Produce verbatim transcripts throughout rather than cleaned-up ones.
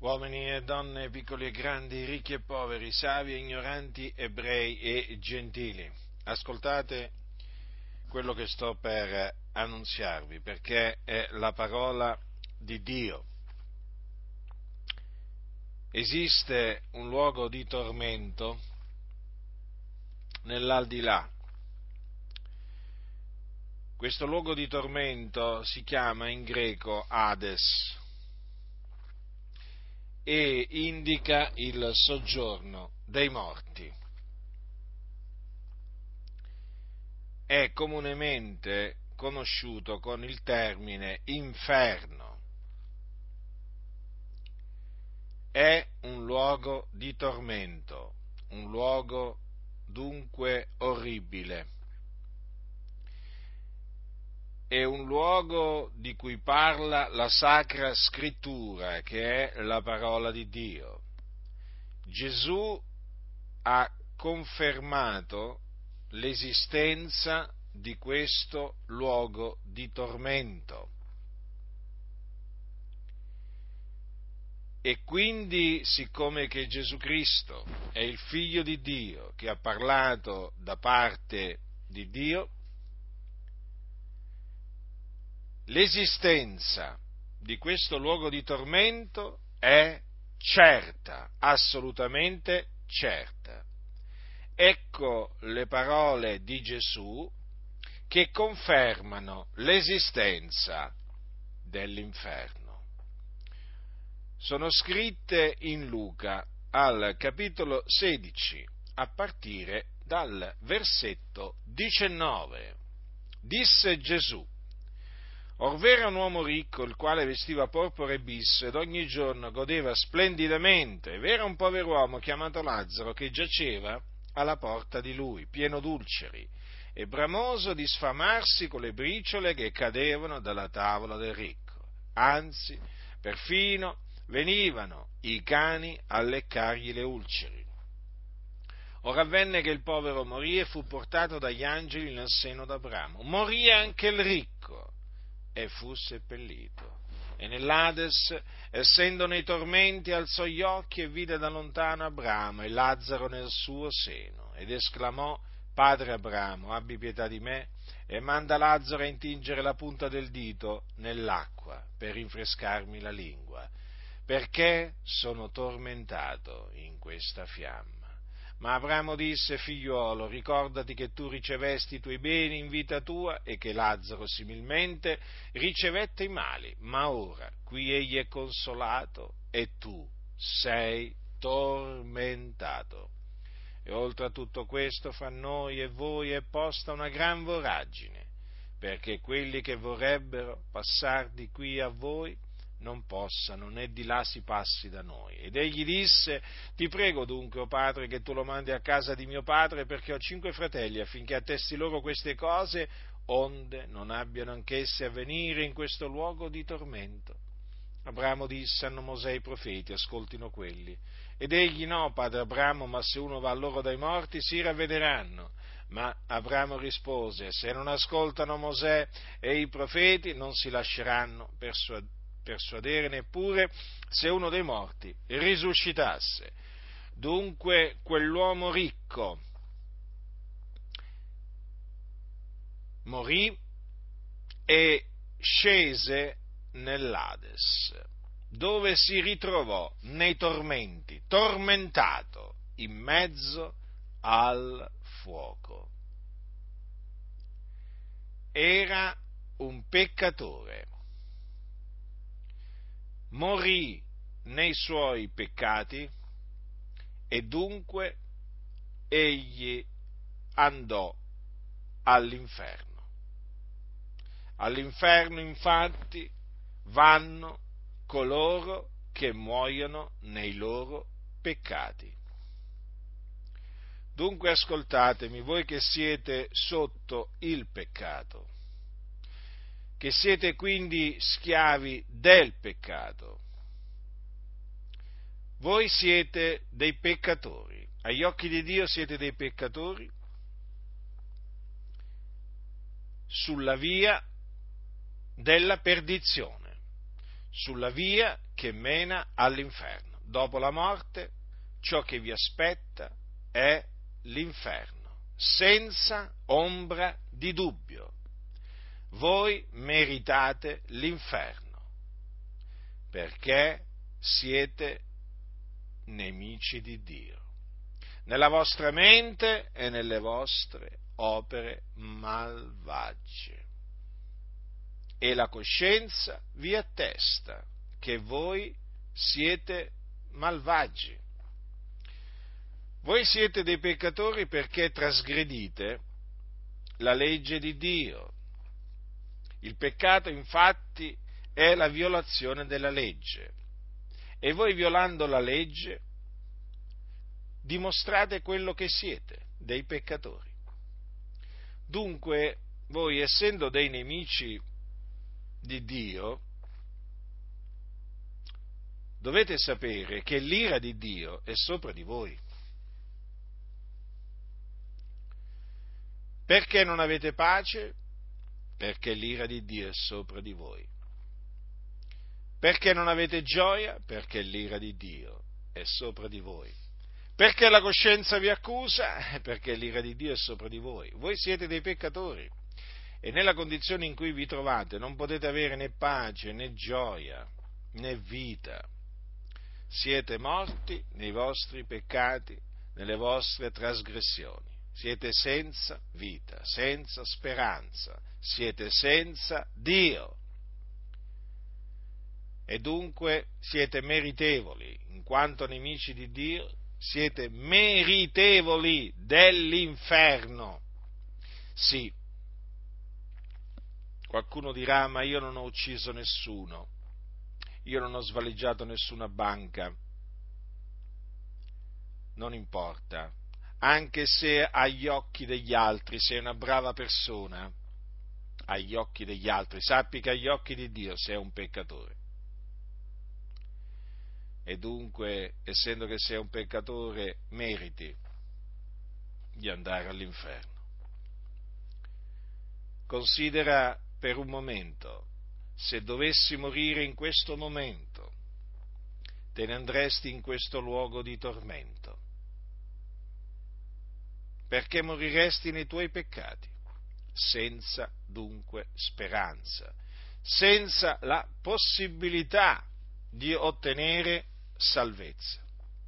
uomini e donne, piccoli e grandi, ricchi e poveri, savi e ignoranti, ebrei e gentili. Ascoltate quello che sto per annunziarvi, perché è la parola di Dio. Esiste un luogo di tormento nell'aldilà. Questo luogo di tormento si chiama in greco Hades e indica il soggiorno dei morti. È comunemente conosciuto con il termine inferno. È un luogo di tormento, un luogo dunque orribile. È un luogo di cui parla la Sacra Scrittura, che è la parola di Dio. Gesù ha confermato l'esistenza di questo luogo di tormento. E quindi, siccome che Gesù Cristo è il Figlio di Dio, che ha parlato da parte di Dio, l'esistenza di questo luogo di tormento è certa, assolutamente certa. Ecco le parole di Gesù che confermano l'esistenza dell'inferno. Sono scritte in Luca al capitolo sedici, a partire dal versetto diciannove. Disse Gesù: Orv'era un uomo ricco, il quale vestiva porpora e bisso, ed ogni giorno godeva splendidamente, ed era un pover'uomo chiamato Lazzaro, che giaceva alla porta di lui, pieno d'ulceri, e bramoso di sfamarsi con le briciole che cadevano dalla tavola del ricco. Anzi, perfino venivano i cani a leccargli le ulceri. Ora avvenne che il povero morì e fu portato dagli angeli nel seno d'Abramo. Morì anche il ricco e fu seppellito. E nell'Ades, essendo nei tormenti, alzò gli occhi e vide da lontano Abramo e Lazzaro nel suo seno, ed esclamò: Padre Abramo, abbi pietà di me e manda Lazzaro a intingere la punta del dito nell'acqua per rinfrescarmi la lingua, perché sono tormentato in questa fiamma. Ma Abramo disse: Figliuolo, ricordati che tu ricevesti i tuoi beni in vita tua e che Lazzaro similmente ricevette i mali, ma ora qui egli è consolato e tu sei tormentato. E oltre a tutto questo, fra noi e voi è posta una gran voragine, perché quelli che vorrebbero passare di qui a voi non possano, né di là si passi da noi. Ed egli disse: Ti prego dunque, o padre, che tu lo mandi a casa di mio padre, perché ho cinque fratelli, affinché attesti loro queste cose, onde non abbiano anch'essi a venire in questo luogo di tormento. Abramo disse: Hanno Mosè e i profeti, ascoltino quelli. Ed egli: No, padre Abramo, ma se uno va a loro dai morti si ravvederanno. Ma Abramo rispose: Se non ascoltano Mosè e i profeti, non si lasceranno persuadere persuadere neppure se uno dei morti risuscitasse. Dunque quell'uomo ricco morì e scese nell'Ades, dove si ritrovò nei tormenti, tormentato in mezzo al fuoco. Era un peccatore. Morì nei suoi peccati e dunque egli andò all'inferno. All'inferno, infatti, vanno coloro che muoiono nei loro peccati. Dunque ascoltatemi, voi che siete sotto il peccato, che siete quindi schiavi del peccato. Voi siete dei peccatori, agli occhi di Dio siete dei peccatori sulla via della perdizione, sulla via che mena all'inferno. Dopo la morte, ciò che vi aspetta è l'inferno, senza ombra di dubbio. Voi meritate l'inferno, perché siete nemici di Dio, nella vostra mente e nelle vostre opere malvagie. E la coscienza vi attesta che voi siete malvagi. Voi siete dei peccatori perché trasgredite la legge di Dio. Il peccato, infatti, è la violazione della legge. E voi, violando la legge, dimostrate quello che siete, dei peccatori. Dunque, voi, essendo dei nemici di Dio, dovete sapere che l'ira di Dio è sopra di voi. Perché non avete pace? Perché l'ira di Dio è sopra di voi. Perché non avete gioia? Perché l'ira di Dio è sopra di voi. Perché la coscienza vi accusa? Perché l'ira di Dio è sopra di voi. Voi siete dei peccatori e nella condizione in cui vi trovate non potete avere né pace, né gioia, né vita. Siete morti nei vostri peccati, nelle vostre trasgressioni. Siete senza vita, senza speranza, siete senza Dio. E dunque siete meritevoli, in quanto nemici di Dio, siete meritevoli dell'inferno. Sì, qualcuno dirà, ma io non ho ucciso nessuno, io non ho svaligiato nessuna banca. Non importa, anche se agli occhi degli altri sei una brava persona, agli occhi degli altri, sappi che agli occhi di Dio sei un peccatore. E dunque, essendo che sei un peccatore, meriti di andare all'inferno. Considera per un momento, se dovessi morire in questo momento, te ne andresti in questo luogo di tormento, perché moriresti nei tuoi peccati, senza dunque speranza, senza la possibilità di ottenere salvezza.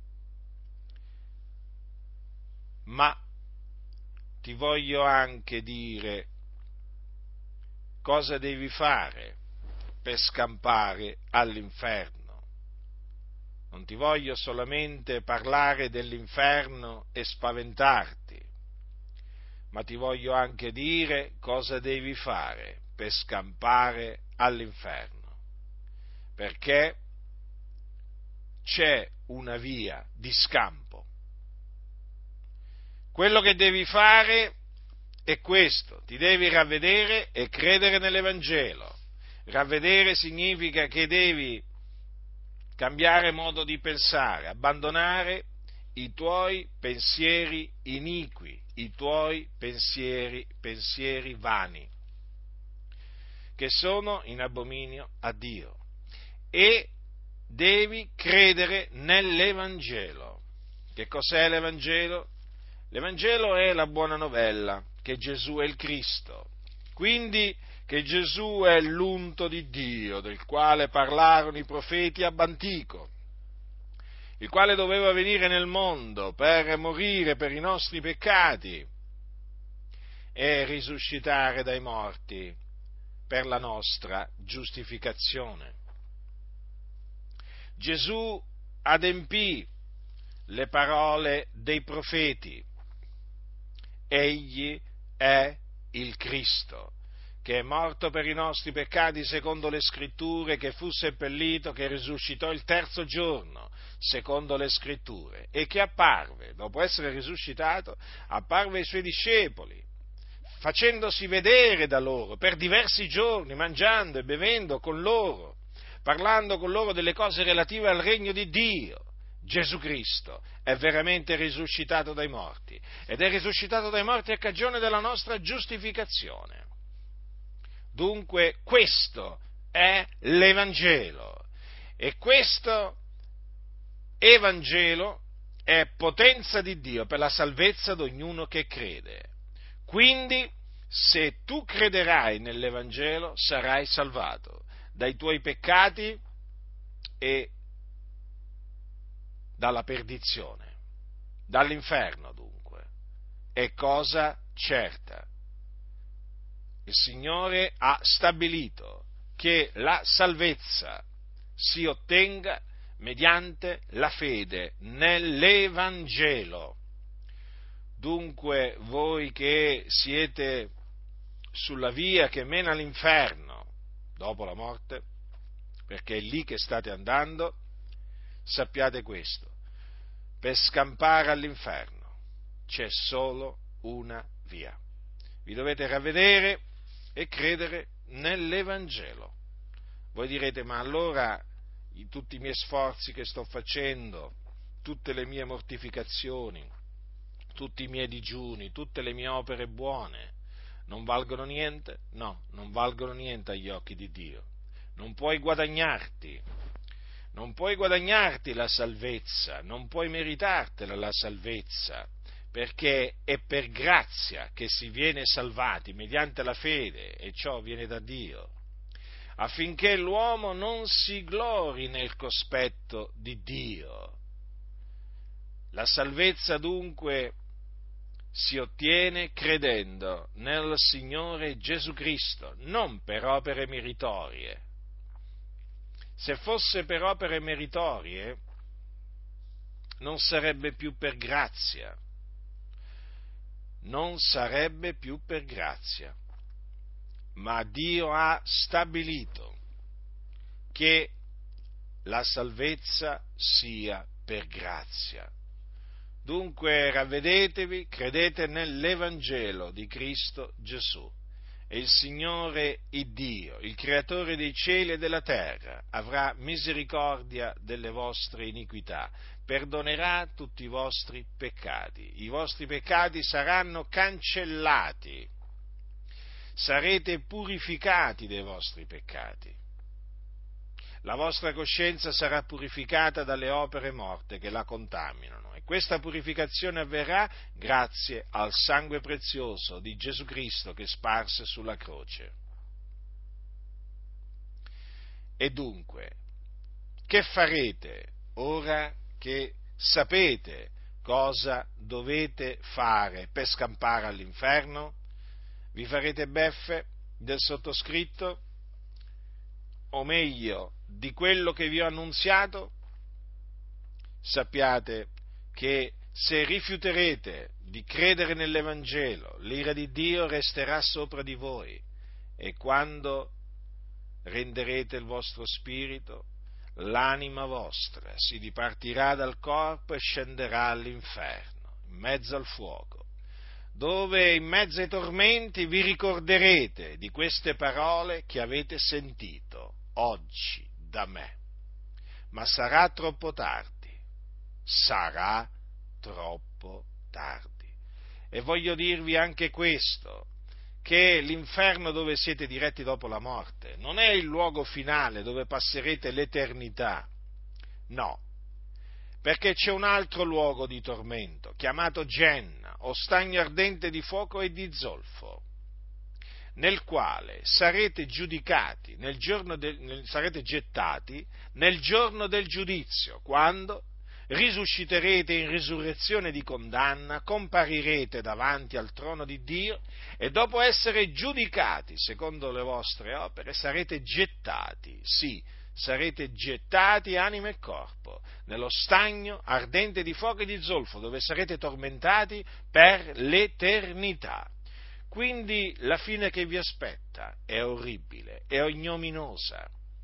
Ma ti voglio anche dire cosa devi fare per scampare all'inferno. Non ti voglio solamente parlare dell'inferno e spaventarti, ma ti voglio anche dire cosa devi fare per scampare all'inferno, perché c'è una via di scampo. Quello che devi fare è questo: ti devi ravvedere e credere nell'Evangelo. Ravvedere significa che devi cambiare modo di pensare, abbandonare i tuoi pensieri iniqui, i tuoi pensieri, pensieri vani, che sono in abominio a Dio, e devi credere nell'Evangelo. Che cos'è l'Evangelo? L'Evangelo è la buona novella, che Gesù è il Cristo, quindi che Gesù è l'unto di Dio, del quale parlarono i profeti ab antico, il quale doveva venire nel mondo per morire per i nostri peccati e risuscitare dai morti per la nostra giustificazione. Gesù adempì le parole dei profeti: egli è il Cristo, che è morto per i nostri peccati secondo le scritture, che fu seppellito, che risuscitò il terzo giorno secondo le scritture, e che apparve, dopo essere risuscitato, apparve ai suoi discepoli, facendosi vedere da loro per diversi giorni, mangiando e bevendo con loro, parlando con loro delle cose relative al regno di Dio. Gesù Cristo è veramente risuscitato dai morti, ed è risuscitato dai morti a cagione della nostra giustificazione. Dunque questo è l'Evangelo, E questo Evangelo è potenza di Dio per la salvezza di ognuno che crede. Quindi, se tu crederai nell'Evangelo, sarai salvato dai tuoi peccati e dalla perdizione, dall'inferno dunque. È cosa certa. Il Signore ha stabilito che la salvezza si ottenga mediante la fede nell'Evangelo. Dunque, voi che siete sulla via che mena all'inferno dopo la morte, perché è lì che state andando, sappiate questo: per scampare all'inferno c'è solo una via. Vi dovete ravvedere e credere nell'Evangelo. Voi direte: ma allora tutti i miei sforzi che sto facendo, tutte le mie mortificazioni, tutti i miei digiuni, tutte le mie opere buone, non valgono niente? No, non valgono niente agli occhi di Dio. Non puoi guadagnarti, non puoi guadagnarti la salvezza, non puoi meritartela la salvezza, perché è per grazia che si viene salvati mediante la fede, e ciò viene da Dio, affinché l'uomo non si glori nel cospetto di Dio. La salvezza dunque si ottiene credendo nel Signore Gesù Cristo, non per opere meritorie. Se fosse per opere meritorie, non sarebbe più per grazia, non sarebbe più per grazia, ma Dio ha stabilito che la salvezza sia per grazia. Dunque ravvedetevi, credete nell'Evangelo di Cristo Gesù, e il Signore Iddio, il Creatore dei cieli e della terra, avrà misericordia delle vostre iniquità, perdonerà tutti i vostri peccati, i vostri peccati saranno cancellati, sarete purificati dei vostri peccati. La vostra coscienza sarà purificata dalle opere morte che la contaminano, e questa purificazione avverrà grazie al sangue prezioso di Gesù Cristo che sparse sulla croce. E dunque, che farete ora che sapete cosa dovete fare per scampare all'inferno? Vi farete beffe del sottoscritto? O meglio, di quello che vi ho annunziato? Sappiate che se rifiuterete di credere nell'Evangelo, l'ira di Dio resterà sopra di voi, e quando renderete il vostro spirito, l'anima vostra si dipartirà dal corpo e scenderà all'inferno, in mezzo al fuoco, dove in mezzo ai tormenti vi ricorderete di queste parole che avete sentito oggi da me. Ma sarà troppo tardi, sarà troppo tardi. E voglio dirvi anche questo, che l'inferno dove siete diretti dopo la morte non è il luogo finale dove passerete l'eternità, no, perché c'è un altro luogo di tormento, chiamato Genna, o stagno ardente di fuoco e di zolfo, nel quale sarete giudicati, nel giorno del, nel, sarete gettati nel giorno del giudizio, quando risusciterete in risurrezione di condanna, comparirete davanti al trono di Dio e dopo essere giudicati secondo le vostre opere sarete gettati, sì, sarete gettati anima e corpo nello stagno ardente di fuoco e di zolfo, dove sarete tormentati per l'eternità. Quindi la fine che vi aspetta è orribile, è ignominosa,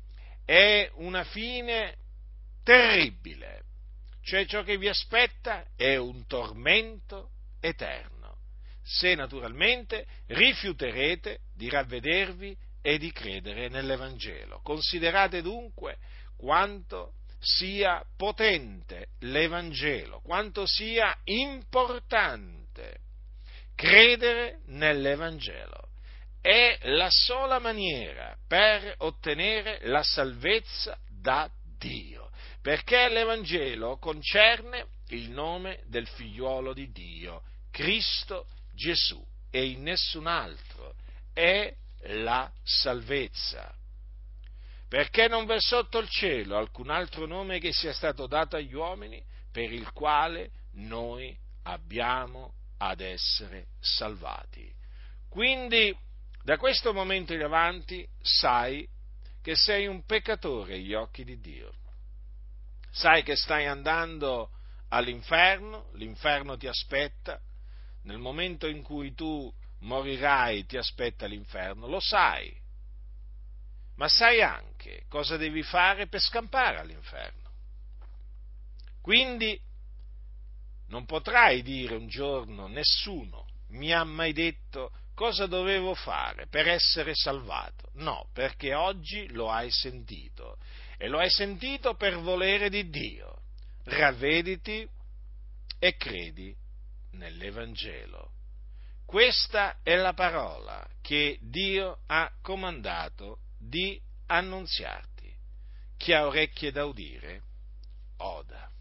è una fine terribile, cioè ciò che vi aspetta è un tormento eterno, se naturalmente rifiuterete di ravvedervi e di credere nell'Evangelo. Considerate dunque quanto sia potente l'Evangelo, quanto sia importante credere nell'Evangelo. È la sola maniera per ottenere la salvezza da Dio, perché l'Evangelo concerne il nome del figliuolo di Dio, Cristo Gesù, e in nessun altro è la salvezza. Perché non v'è sotto il cielo alcun altro nome che sia stato dato agli uomini per il quale noi abbiamo ad essere salvati. Quindi, da questo momento in avanti, sai che sei un peccatore agli occhi di Dio. Sai che stai andando all'inferno, l'inferno ti aspetta, nel momento in cui tu morirai ti aspetta l'inferno, lo sai, ma sai anche cosa devi fare per scampare all'inferno. Quindi non potrai dire un giorno: nessuno mi ha mai detto cosa dovevo fare per essere salvato. No, perché oggi lo hai sentito, e lo hai sentito per volere di Dio. Ravvediti e credi nell'Evangelo. Questa è la parola che Dio ha comandato di annunziarti. Chi ha orecchie da udire, oda.